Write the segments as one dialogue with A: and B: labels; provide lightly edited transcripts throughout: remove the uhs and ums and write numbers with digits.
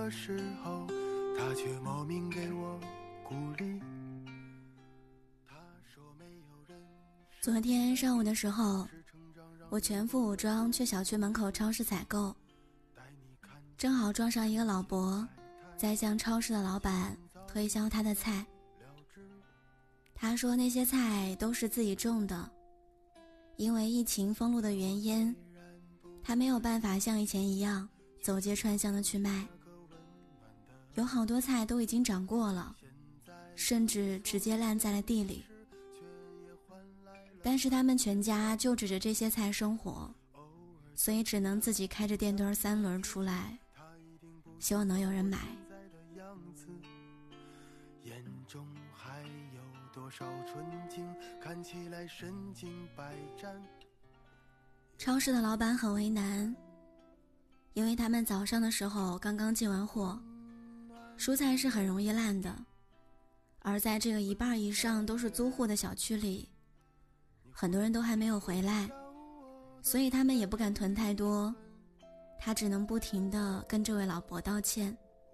A: 的时候，他却莫名给我鼓励。
B: 昨天上午的时候，我全副武装去小区门口超市采购，正好撞上一个老伯在向超市的老板推销他的菜。他说那些菜都是自己种的，因为疫情封路的原因，他没有办法像以前一样走街串巷的去卖，有好多菜都已经长过了，甚至直接烂在了地里。但是他们全家就指着这些菜生活，所以只能自己开着电đơn3轮出来，希望能有人买。
A: 眼中还有多少纯净，看起来身经百战。
B: 超市的老板很为难，因为他们早上的时候刚刚进完货，蔬菜是很容易烂的，而在这个一半以上都是租户的小区里，很多人都还没有回来，所以他们也不敢囤太多，他只能不停地跟这位老伯道歉。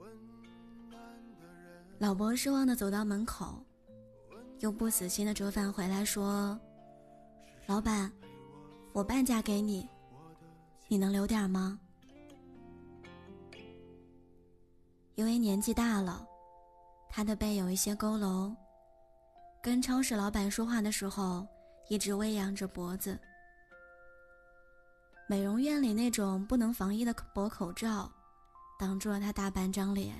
B: 老伯失望地走到门口，又不死心地折返回来说，老板，我半价给你，你能留点吗？因为年纪大了，他的背有一些佝偻，跟超市老板说话的时候一直微扬着脖子。美容院里那种不能防疫的薄口罩挡住了他大半张脸，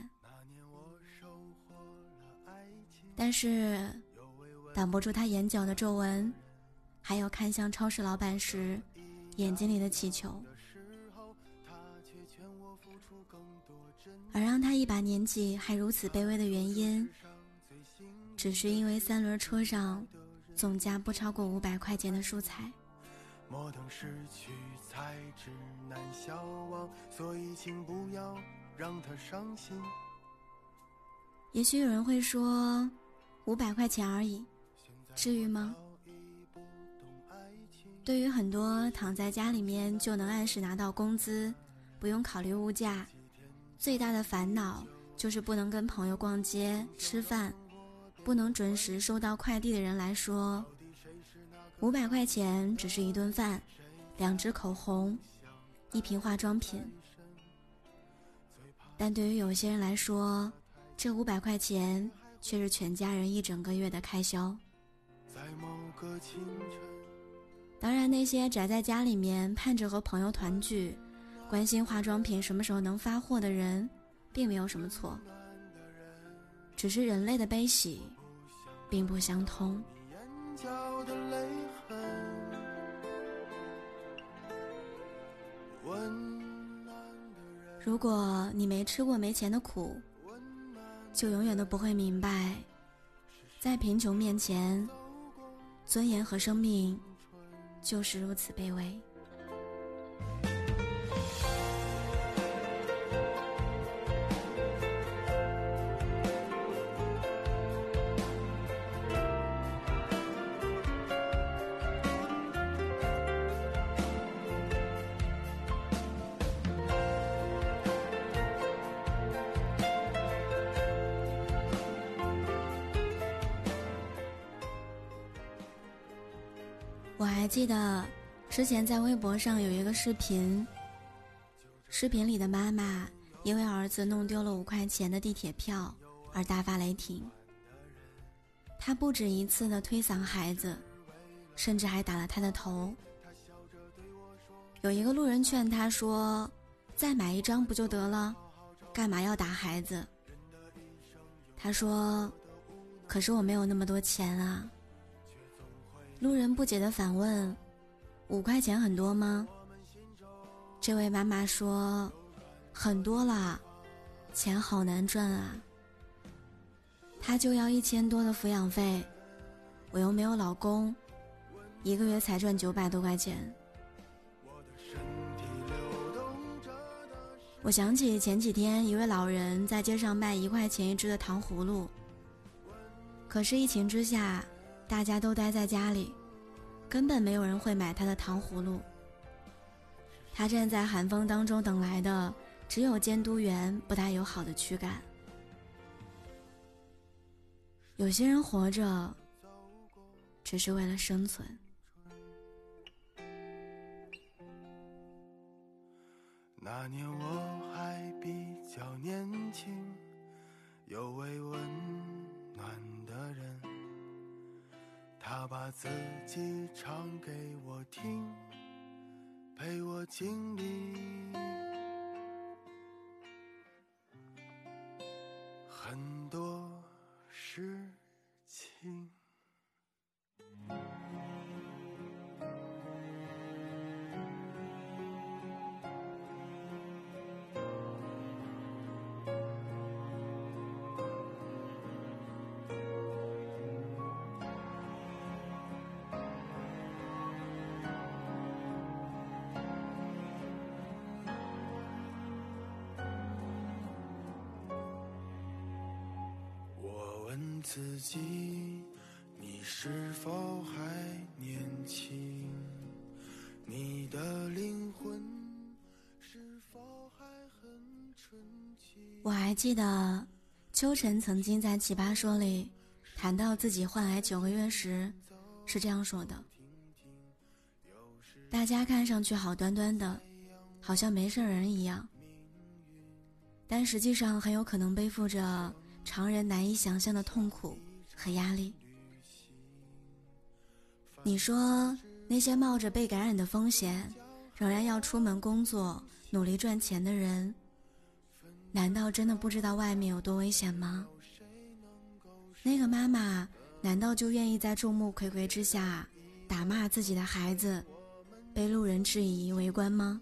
B: 但是挡不住他眼角的皱纹，还有看向超市老板时眼睛里的祈求。而让他一把年纪还如此卑微的原因，只是因为3轮车上总价不超过500块钱的蔬菜。
A: 莫等失去才知难消亡，所以请不要让他伤心。
B: 也许有人会说500块钱而已，至于吗？对于很多躺在家里面就能按时拿到工资，不用考虑物价，最大的烦恼就是不能跟朋友逛街吃饭，不能准时收到快递的人来说，500块钱只是一顿饭，2支口红，1瓶化妆品。但对于有些人来说，这500块钱却是全家人一整个月的开销。
A: 在某个清晨，
B: 当然那些宅在家里面盼着和朋友团聚，关心化妆品什么时候能发货的人并没有什么错，只是人类的悲喜并不相通。
A: 眼角的泪痕，温暖的人。
B: 如果你没吃过没钱的苦，就永远都不会明白，在贫穷面前，尊严和生命就是如此卑微。我还记得之前在微博上有一个视频，视频里的妈妈因为儿子弄丢了5块钱的地铁票而大发雷霆，她不止一次地推搡孩子，甚至还打了他的头。有一个路人劝她说，再买1张不就得了，干嘛要打孩子？她说，可是我没有那么多钱啊。路人不解地反问，5块钱很多吗？这位妈妈说，很多啦，钱好难赚啊。她就要1000多的抚养费，我又没有老公，1个月才赚900多块钱。我想起前几天一位老人在街上卖1块钱1支的糖葫芦，可是疫情之下大家都待在家里，根本没有人会买他的糖葫芦。他站在寒风当中等来的只有监督员不大友好的驱赶。有些人活着只是为了生存。
A: 那年我还比较年轻，有位温暖的人，他把自己唱给我听，陪我经历很多事情。自己，你是否还年轻？你的灵魂是否还很纯净？
B: 我还记得秋晨曾经在奇葩说里谈到自己患癌9个月时是这样说的：大家看上去好端端的，好像没事人一样，但实际上很有可能背负着常人难以想象的痛苦和压力。你说那些冒着被感染的风险仍然要出门工作努力赚钱的人，难道真的不知道外面有多危险吗？那个妈妈难道就愿意在众目睽睽之下打骂自己的孩子，被路人质疑围观吗？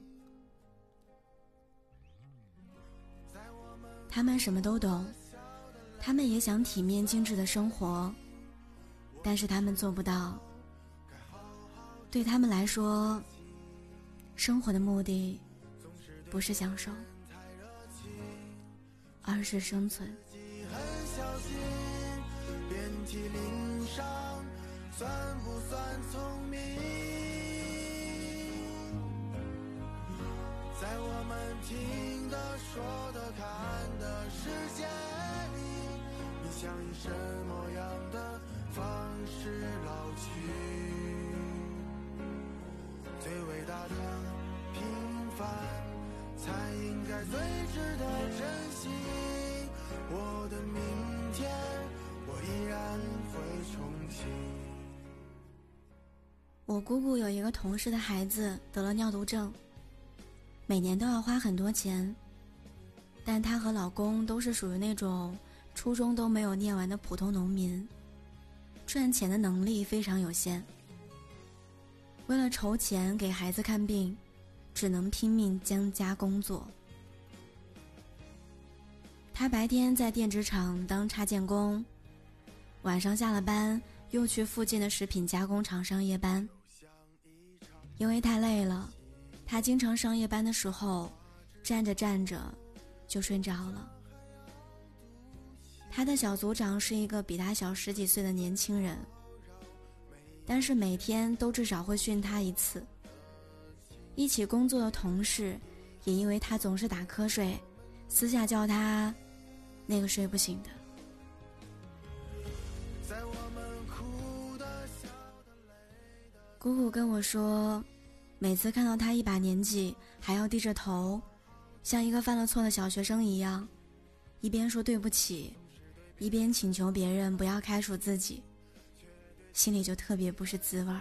B: 他们什么都懂，他们也想体面精致的生活，但是他们做不到。对他们来说，生活的目的不是享受，而是生存。
A: 很小心，遍体鳞伤，算不算聪明？在我们听的、说的、看的世界里，你想以什么样的方式老去？最伟大的平凡，才应该最值得珍惜。我的明天，我依然会重启。
B: 我姑姑有一个同事的孩子得了尿毒症，每年都要花很多钱，但她和老公都是属于那种初中都没有念完的普通农民，赚钱的能力非常有限。为了筹钱给孩子看病，只能拼命将家工作。他白天在电子厂当插件工，晚上下了班又去附近的食品加工厂上夜班。因为太累了，他经常上夜班的时候站着站着就睡着了。他的小组长是一个比他小10几岁的年轻人，但是每天都至少会训他一次。一起工作的同事也因为他总是打瞌睡，私下叫他那个睡不醒的。姑姑跟我说，每次看到他一把年纪还要低着头，像一个犯了错的小学生一样，一边说对不起，一边请求别人不要开除自己，心里就特别不是滋味儿。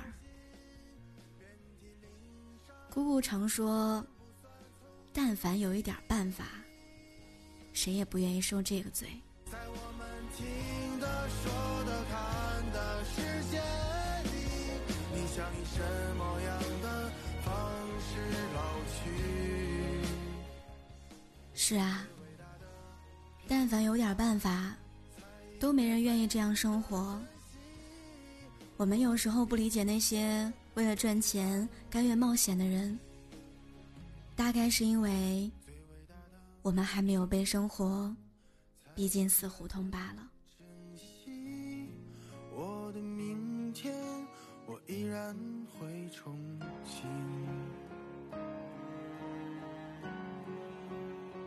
B: 姑姑常说，但凡有一点办法，谁也不愿意受这个罪。
A: 在我们听的、说的、看的世界里，你想以什么样的方式老去？
B: 是啊，但凡有点办法，都没人愿意这样生活。我们有时候不理解那些为了赚钱甘愿冒险的人，大概是因为我们还没有被生活逼进死胡同罢了。
A: 珍惜我的明天，我依然会重新。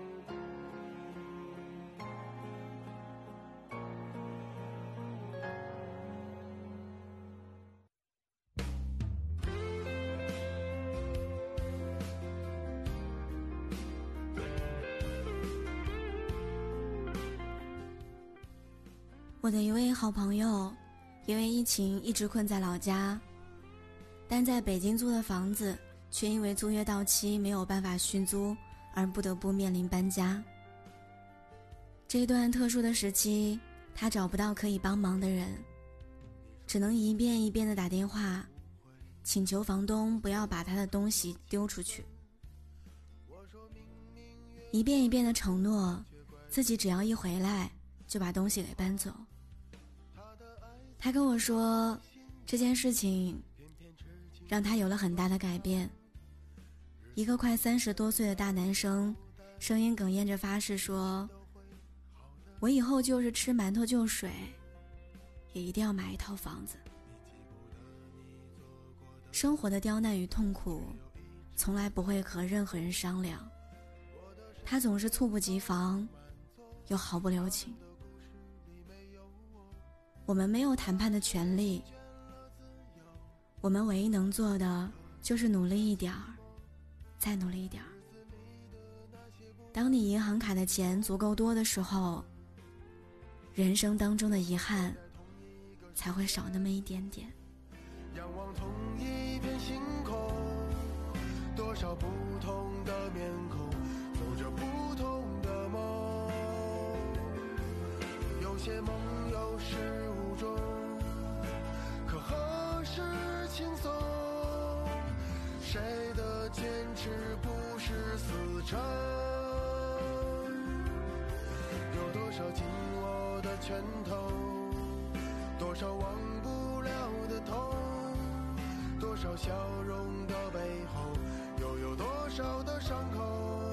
B: 我的一位好朋友因为疫情一直困在老家，但在北京租的房子却因为租约到期没有办法续租而不得不面临搬家。这段特殊的时期，他找不到可以帮忙的人，只能一遍一遍地打电话请求房东不要把他的东西丢出去，一遍一遍地承诺自己只要一回来就把东西给搬走。他跟我说，这件事情让他有了很大的改变。一个快30多岁的大男生，声音哽咽着发誓说，我以后就是吃馒头就水，也一定要买一套房子。生活的刁难与痛苦从来不会和任何人商量，他总是猝不及防又毫不留情。我们没有谈判的权利，我们唯一能做的就是努力一点儿，再努力一点儿。当你银行卡的钱足够多的时候，人生当中的遗憾才会少那么一点点。
A: 仰望同一片星空，多少不同的面孔，有着不同的梦。有些梦有始无终，可何时轻松？谁的坚持不是死撑？有多少紧握的拳头，多少忘不了的痛，多少笑容的背后，又有多少的伤口？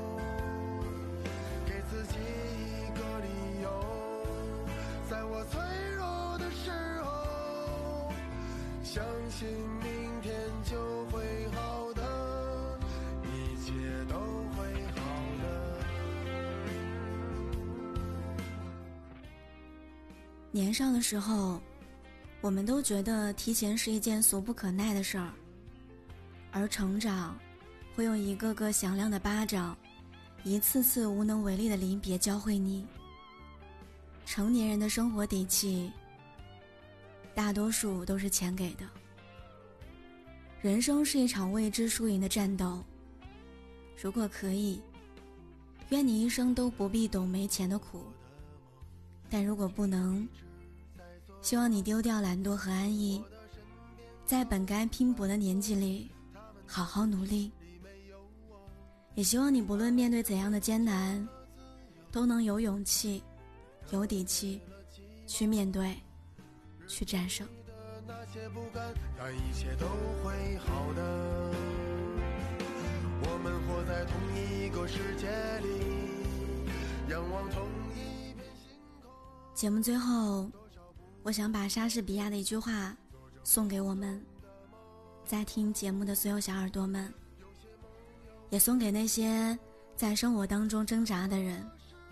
A: 给自己一个理由，在我脆弱的时候，相信明天就会好的，一切都会好的。
B: 年少的时候，我们都觉得提前是一件俗不可耐的事儿，而成长会用一个个响亮的巴掌，一次次无能为力的离别教会你，成年人的生活底气大多数都是钱给的。人生是一场未知输赢的战斗，如果可以，愿你一生都不必懂没钱的苦，但如果不能，希望你丢掉懒惰和安逸，在本该拼搏的年纪里好好努力。也希望你不论面对怎样的艰难，都能有勇气有底气去面对，去战胜。
A: 那些不甘，但一切都会好的。我们活在同一个世界里，仰望同一片星空。
B: 节目最后，我想把莎士比亚的一句话送给我们在听节目的所有小耳朵们，也送给那些在生活当中挣扎的人。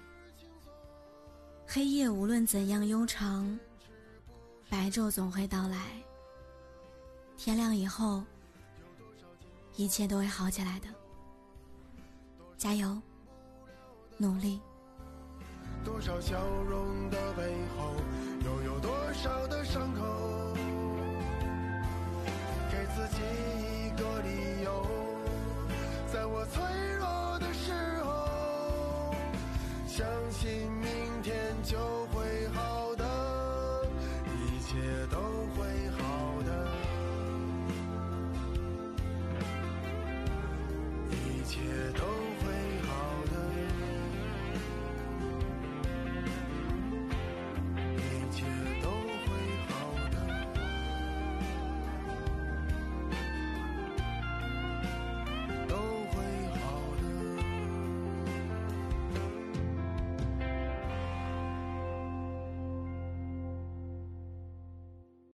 B: 黑夜无论怎样悠长，白昼总会到来，天亮以后，一切都会好起来的。加油，努力。
A: 多少笑容的背后，又有多少的伤口？给自己一个理由，在我脆弱的时候，相信明天就会好的，一切都